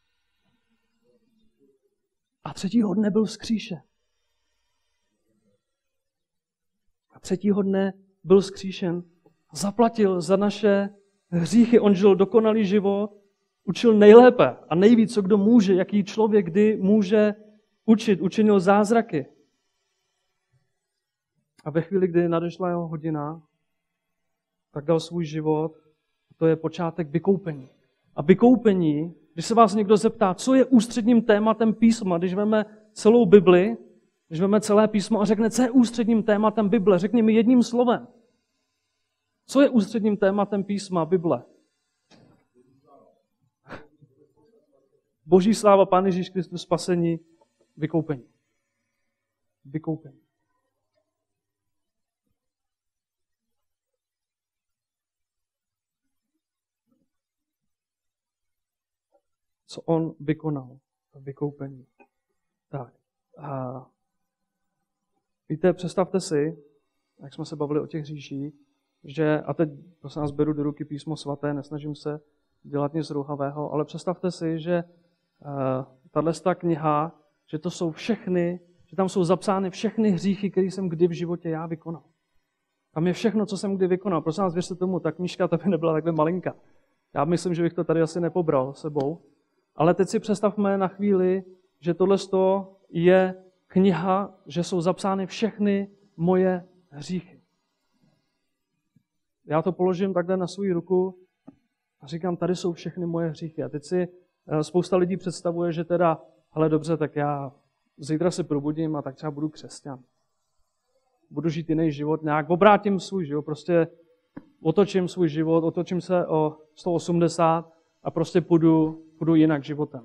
třetího dne byl vzkříšen. A třetího dne byl vzkříšen. Zaplatil za naše hříchy. On žil dokonalý život, učil nejlépe a nejvíc, co kdo může, jaký člověk kdy může učit. Učinil zázraky. A ve chvíli, kdy nadešla jeho hodina, tak dal svůj život. To je počátek vykoupení. A vykoupení, když se vás někdo zeptá, co je ústředním tématem písma, když vezme celou Bibli, když vezme celé písmo a řekne, co je ústředním tématem Bible, řekni mi jedním slovem. Co je ústředním tématem písma Bible? Boží sláva, Pán Ježíš Kristus, spasení, vykoupení. Vykoupení. Co on vykonal? Vykoupení. Tak. A víte, představte si, jak jsme se bavili o těch hříších, že, a teď prosím nás beru do ruky písmo svaté, nesnažím se dělat nic rouhavého, ale představte si, že tato kniha, že to jsou všechny, že tam jsou zapsány všechny hříchy, které jsem kdy v životě já vykonal. Tam je všechno, co jsem kdy vykonal. Prosím vás, věřte tomu, ta knížka ta by nebyla takhle malinká. Já myslím, že bych to tady asi nepobral sebou. Ale teď si představme na chvíli, že tohle je kniha, že jsou zapsány všechny moje hříchy. Já to položím takhle na svou ruku a říkám, tady jsou všechny moje hříchy. A teď si spousta lidí představuje, že teda, hele dobře, tak já zítra se probudím a tak třeba budu křesťan. Budu žít jiný život, nějak obrátím svůj život, prostě otočím svůj život, otočím se o 180 a prostě půjdu jinak životem.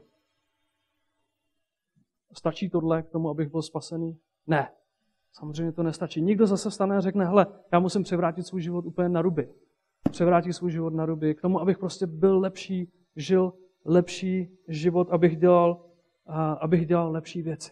Stačí tohle k tomu, abych byl spasený? Ne. Samozřejmě to nestačí. Nikdo zase vstane a řekne, hele, já musím převrátit svůj život úplně na ruby. Převrátit svůj život na ruby k tomu, abych prostě byl lepší, žil lepší život, abych dělal lepší věci.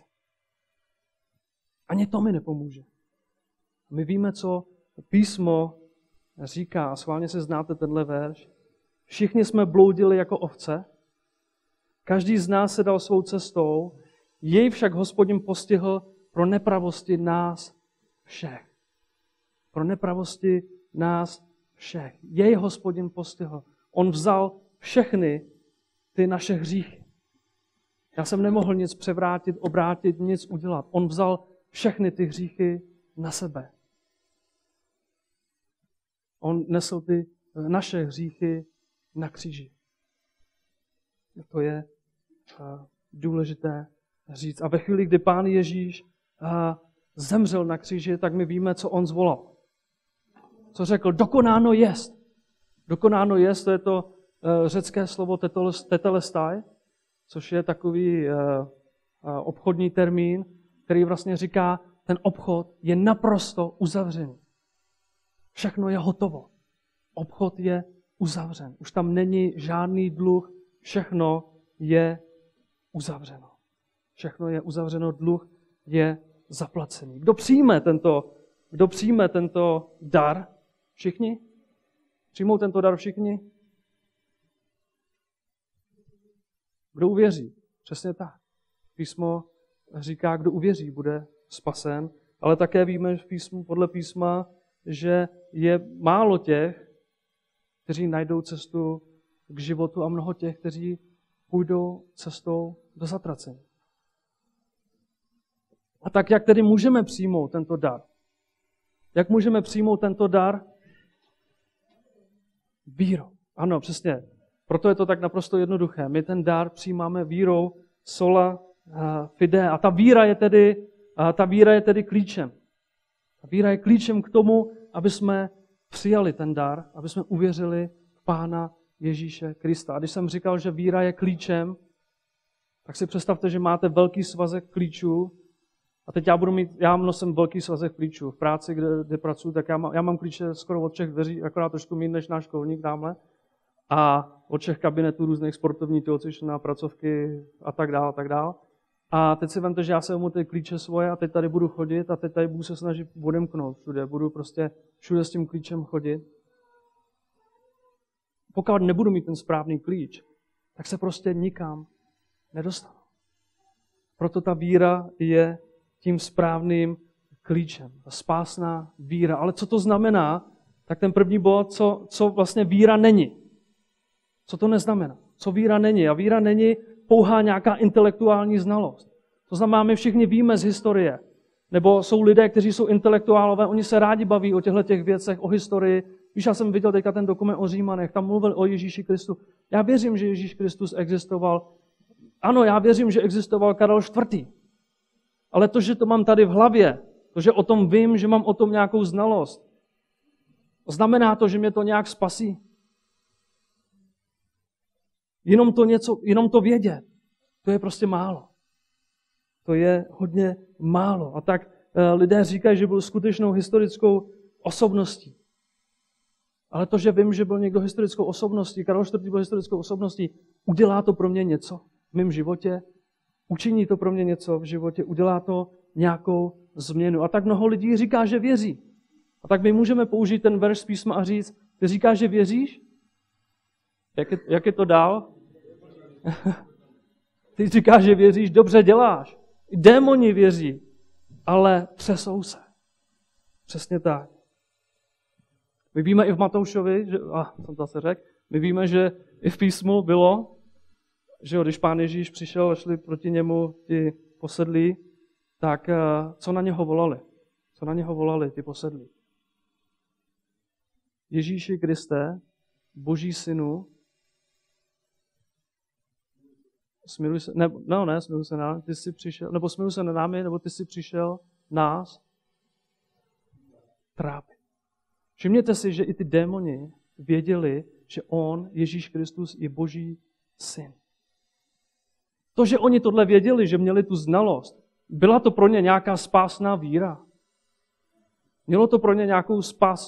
Ani to mi nepomůže. My víme, co písmo říká, a schválně si znáte tenhle verš. Všichni jsme bloudili jako ovce, každý z nás se dal svou cestou, jej však Hospodin postihl pro nepravosti nás všech. Pro nepravosti nás všech. Jej Hospodin postihl. On vzal všechny ty naše hříchy. Já jsem nemohl nic převrátit, obrátit, nic udělat. On vzal všechny ty hříchy na sebe. On nesl ty naše hříchy na kříži. To je důležité říct. A ve chvíli, kdy Pán Ježíš zemřel na kříži, tak my víme, co on zvolal. Co řekl? Dokonáno jest. Dokonáno jest, to je to řecké slovo tetelestai, což je takový obchodní termín, který vlastně říká, ten obchod je naprosto uzavřený. Všechno je hotovo. Obchod je uzavřen. Už tam není žádný dluh, všechno je uzavřeno. Všechno je uzavřeno, dluh je zaplacený. Kdo přijme tento dar? Všichni? Přijmou tento dar všichni? Kdo uvěří? Přesně tak. Písmo říká, kdo uvěří, bude spasen, ale také víme podle písma, že je málo těch, kteří najdou cestu k životu a mnoho těch, kteří půjdou cestou do zatracení. A tak jak tedy můžeme přijmout tento dar? Jak můžeme přijmout tento dar? Vírou. Ano, přesně. Proto je to tak naprosto jednoduché. My ten dar přijímáme vírou sola fide. A ta víra je tedy klíčem. Ta víra je klíčem k tomu, aby jsme přijali ten dar, aby jsme uvěřili v Pána Ježíše Krista. A když jsem říkal, že víra je klíčem, tak si představte, že máte velký svazek klíčů. A teď já nosím velký svazek klíčů. V práci, kde pracuji, tak já mám klíče skoro od všech dveří, akorát trošku méně než náš školník tamhle. A od všech kabinetů různých sportovních tělocvičná, pracovky a tak dál. A teď si vemte, že já se mu ty klíče svoje a teď tady budu chodit a teď tady budu se snažit odemknout všude. Budu prostě všude s tím klíčem chodit. Pokud nebudu mít ten správný klíč, tak se prostě nikam nedostanu. Proto ta víra je tím správným klíčem. Ta spásná víra. Ale co to znamená? Tak ten první bod, co vlastně víra není. Co to neznamená? Co víra není? A víra není pouhá nějaká intelektuální znalost. To znamená, my všichni víme z historie. Nebo jsou lidé, kteří jsou intelektuálové, oni se rádi baví o těchto věcech, o historii. Víš, já jsem viděl teďka ten dokument o Římanech, tam mluvil o Ježíši Kristu. Já věřím, že Ježíš Kristus existoval. Ano, já věřím, že existoval Karel IV. Ale to, že to mám tady v hlavě, to, že o tom vím, že mám o tom nějakou znalost, znamená to, že mě to nějak spasí. Jenom to vědět, to je prostě málo. To je hodně málo. A tak lidé říkají, že byl skutečnou historickou osobností. Ale to, že vím, že byl někdo historickou osobností, Karel IV. Byl historickou osobností, udělá to pro mě něco v mém životě? Učiní to pro mě něco v životě? Udělá to nějakou změnu? A tak mnoho lidí říká, že věří. A tak my můžeme použít ten verš z písma a říct, ty říkáš, že věříš? Jak je to dál? Ty říkáš, že věříš, dobře děláš. I démoni věří, ale třesou se. Přesně tak. My víme i v Matoušovi, jsem to zase řekl, my víme, že i v písmu bylo, že když Pán Ježíš přišel a šli proti němu ti posedlí, tak co na něho volali? Co na něho volali ti posedlí? Ježíši Kriste, Boží synu, smiluj se na ty jsi přišel, nebo smiluj se na námi, nebo ty jsi přišel nás trápit. Všimněte si, že i ty démoni věděli, že on, Ježíš Kristus, je Boží syn. To, že oni tohle věděli, že měli tu znalost, byla to pro ně nějaká spásná víra. Mělo to pro ně nějakou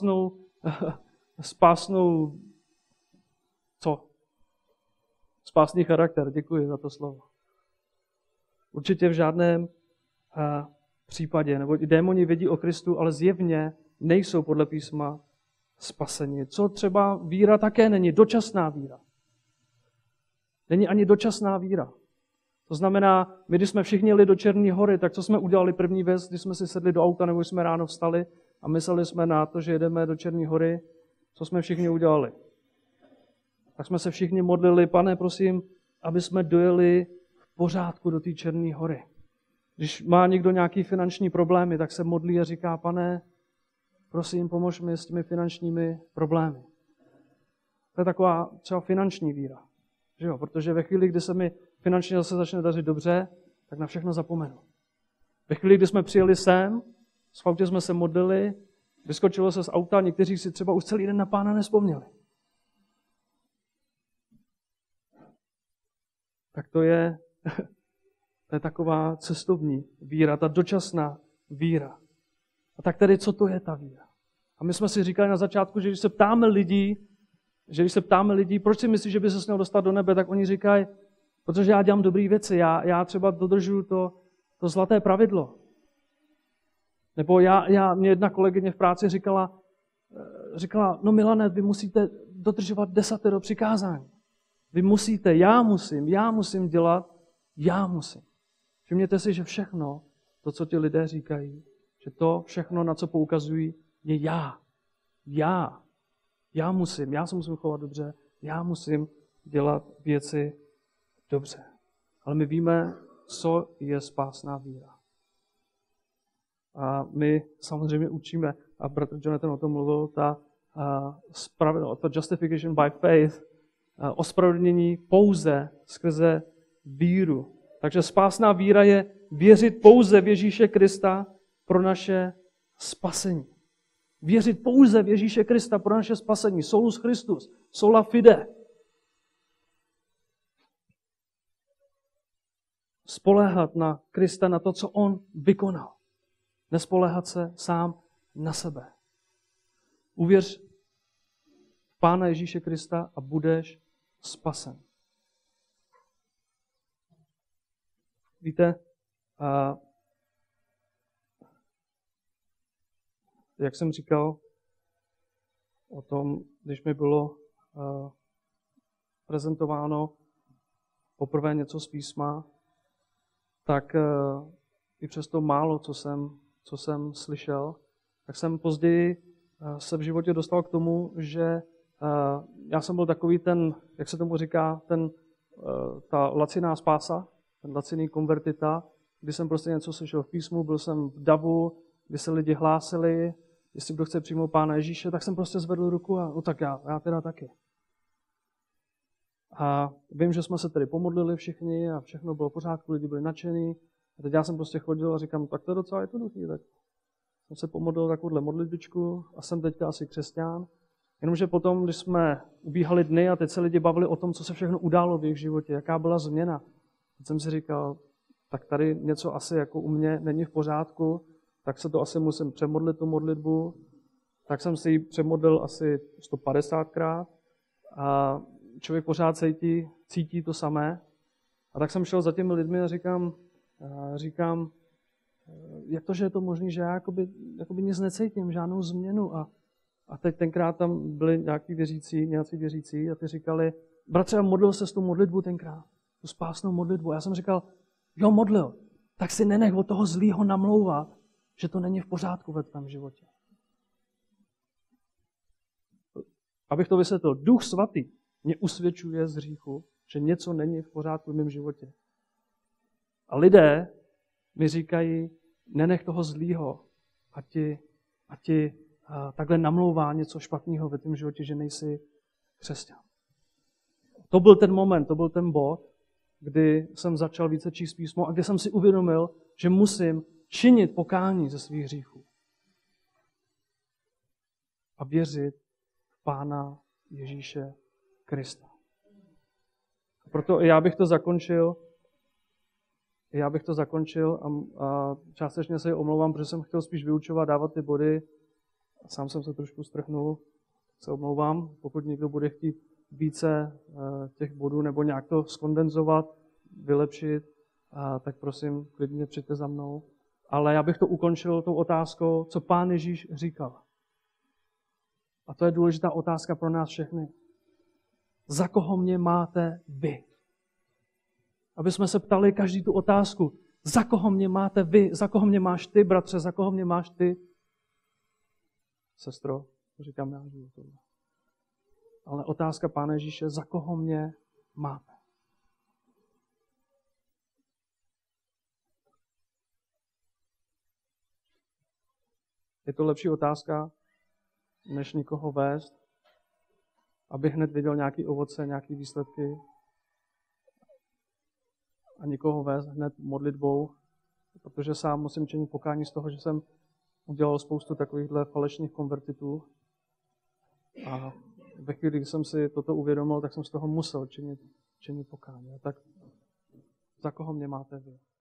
spásnou co? Spásný charakter, děkuji za to slovo. Určitě v žádném případě, nebo i démoni vědí o Kristu, ale zjevně nejsou podle písma spaseni. Co třeba víra také není, dočasná víra. Není ani dočasná víra. To znamená, my když jsme všichni jeli do Černé Hory, tak co jsme udělali první věc, když jsme si sedli do auta, nebo jsme ráno vstali a mysleli jsme na to, že jedeme do Černé Hory, co jsme všichni udělali? Tak jsme se všichni modlili, Pane, prosím, aby jsme dojeli v pořádku do té Černé Hory. Když má někdo nějaký finanční problémy, tak se modlí a říká, Pane, prosím, pomož mi s těmi finančními problémy. To je taková třeba finanční víra. Že jo? Protože ve chvíli, kdy se mi finančně zase začne dařit dobře, tak na všechno zapomenu. Ve chvíli, kdy jsme přijeli sem, v autě jsme se modlili, vyskočilo se z auta, někteří si třeba už celý den na Pána nevzpomněli. Tak to je taková cestovní víra, ta dočasná víra. A tak tedy, co to je ta víra? A my jsme si říkali na začátku, že když se ptáme lidí, proč si myslíš, že by se měl dostat do nebe, tak oni říkají, protože já dělám dobré věci, já třeba dodržuju to zlaté pravidlo. Nebo mě jedna kolegyně v práci říkala, no Milane, vy musíte dodržovat 10 přikázání. Vy musíte, já musím dělat, já musím. Všimněte si, že všechno, to, co ti lidé říkají, že to všechno, na co poukazují, je já. Já se musím chovat dobře, já musím dělat věci Dobře. Ale my víme, co je spásná víra. A my samozřejmě učíme, a bratr Jonathan o tom mluvil, to justification by faith, ospravedlnění pouze skrze víru. Takže spásná víra je věřit pouze v Ježíše Krista pro naše spasení. Věřit pouze v Ježíše Krista pro naše spasení. Solus Christus, sola fide. Spoléhat na Krista, na to, co on vykonal. Nespoléhat se sám na sebe. Uvěř v Pána Ježíše Krista a budeš spasen. Víte, jak jsem říkal o tom, když mi bylo prezentováno poprvé něco z písma, tak i přes to málo, co jsem slyšel, tak jsem později se v životě dostal k tomu, že já jsem byl takový ten, jak se tomu říká, ta laciná spása, ten laciný konvertita, kdy jsem prostě něco slyšel v písmu, byl jsem v davu, kdy se lidi hlásili, jestli kdo chce přijmout Pána Ježíše, tak jsem prostě zvedl ruku a no tak já teda taky. A vím, že jsme se tedy pomodlili všichni a všechno bylo v pořádku, lidi byli nadšení. A teď já jsem prostě chodil a říkám, tak to je docela jednoduchý. Tak jsem se pomodlil takovouhle modlitbičku a jsem teďka asi křesťan. Jenomže potom, když jsme ubíhali dny a teď se lidi bavili o tom, co se všechno událo v jejich životě, jaká byla změna, teď jsem si říkal, tak tady něco asi jako u mě není v pořádku, tak se to asi musím přemodlit tu modlitbu. Tak jsem si ji přemodlil asi 150krát a člověk pořád cítí to samé. A tak jsem šel za těmi lidmi a říkám, jak to, že je to možné, že já jakoby nic necítím, žádnou změnu. A teď tenkrát tam byli nějací věřící a ty říkali, bratře, modlil se s tu modlitbu tenkrát, tu spásnou modlitbu. A já jsem říkal, jo, modlil, tak si nenech od toho zlýho namlouvat, že to není v pořádku ve tvém životě. Abych to vysvětlil, Duch Svatý mě usvědčuje z hříchu, že něco není v pořádku v mém životě. A lidé mi říkají, nenech toho zlýho, a ti takhle namlouvá něco špatného ve tvém životě, že nejsi křesťan. To byl ten moment, to byl ten bod, kdy jsem začal více číst písmo a kdy jsem si uvědomil, že musím činit pokání ze svých hříchů. A věřit v Pána Ježíše Krista. Proto já bych to zakončil a částečně se omlouvám, protože jsem chtěl spíš vyučovat, dávat ty body. Sám jsem se trošku strhnul, se omlouvám. Pokud někdo bude chtít více těch bodů nebo nějak to skondenzovat, vylepšit, tak prosím, klidně přijďte za mnou. Ale já bych to ukončil tou otázkou, co Pán Ježíš říkal. A to je důležitá otázka pro nás všechny. Za koho mě máte vy? Aby jsme se ptali každý tu otázku. Za koho mě máte vy? Za koho mě máš ty, bratře? Za koho mě máš ty? Sestro, to říkám já životu. Ale otázka Pána Ježíše, za koho mě máte? Je to lepší otázka, než nikoho vést, aby hned viděl nějaký ovoce, nějaké výsledky a nikoho vést hned modlitbou, protože sám musím činit pokání z toho, že jsem udělal spoustu takovýchhle falešných konvertitů a ve chvíli, kdy jsem si toto uvědomil, tak jsem z toho musel činit pokání. Tak za koho mě máte vy?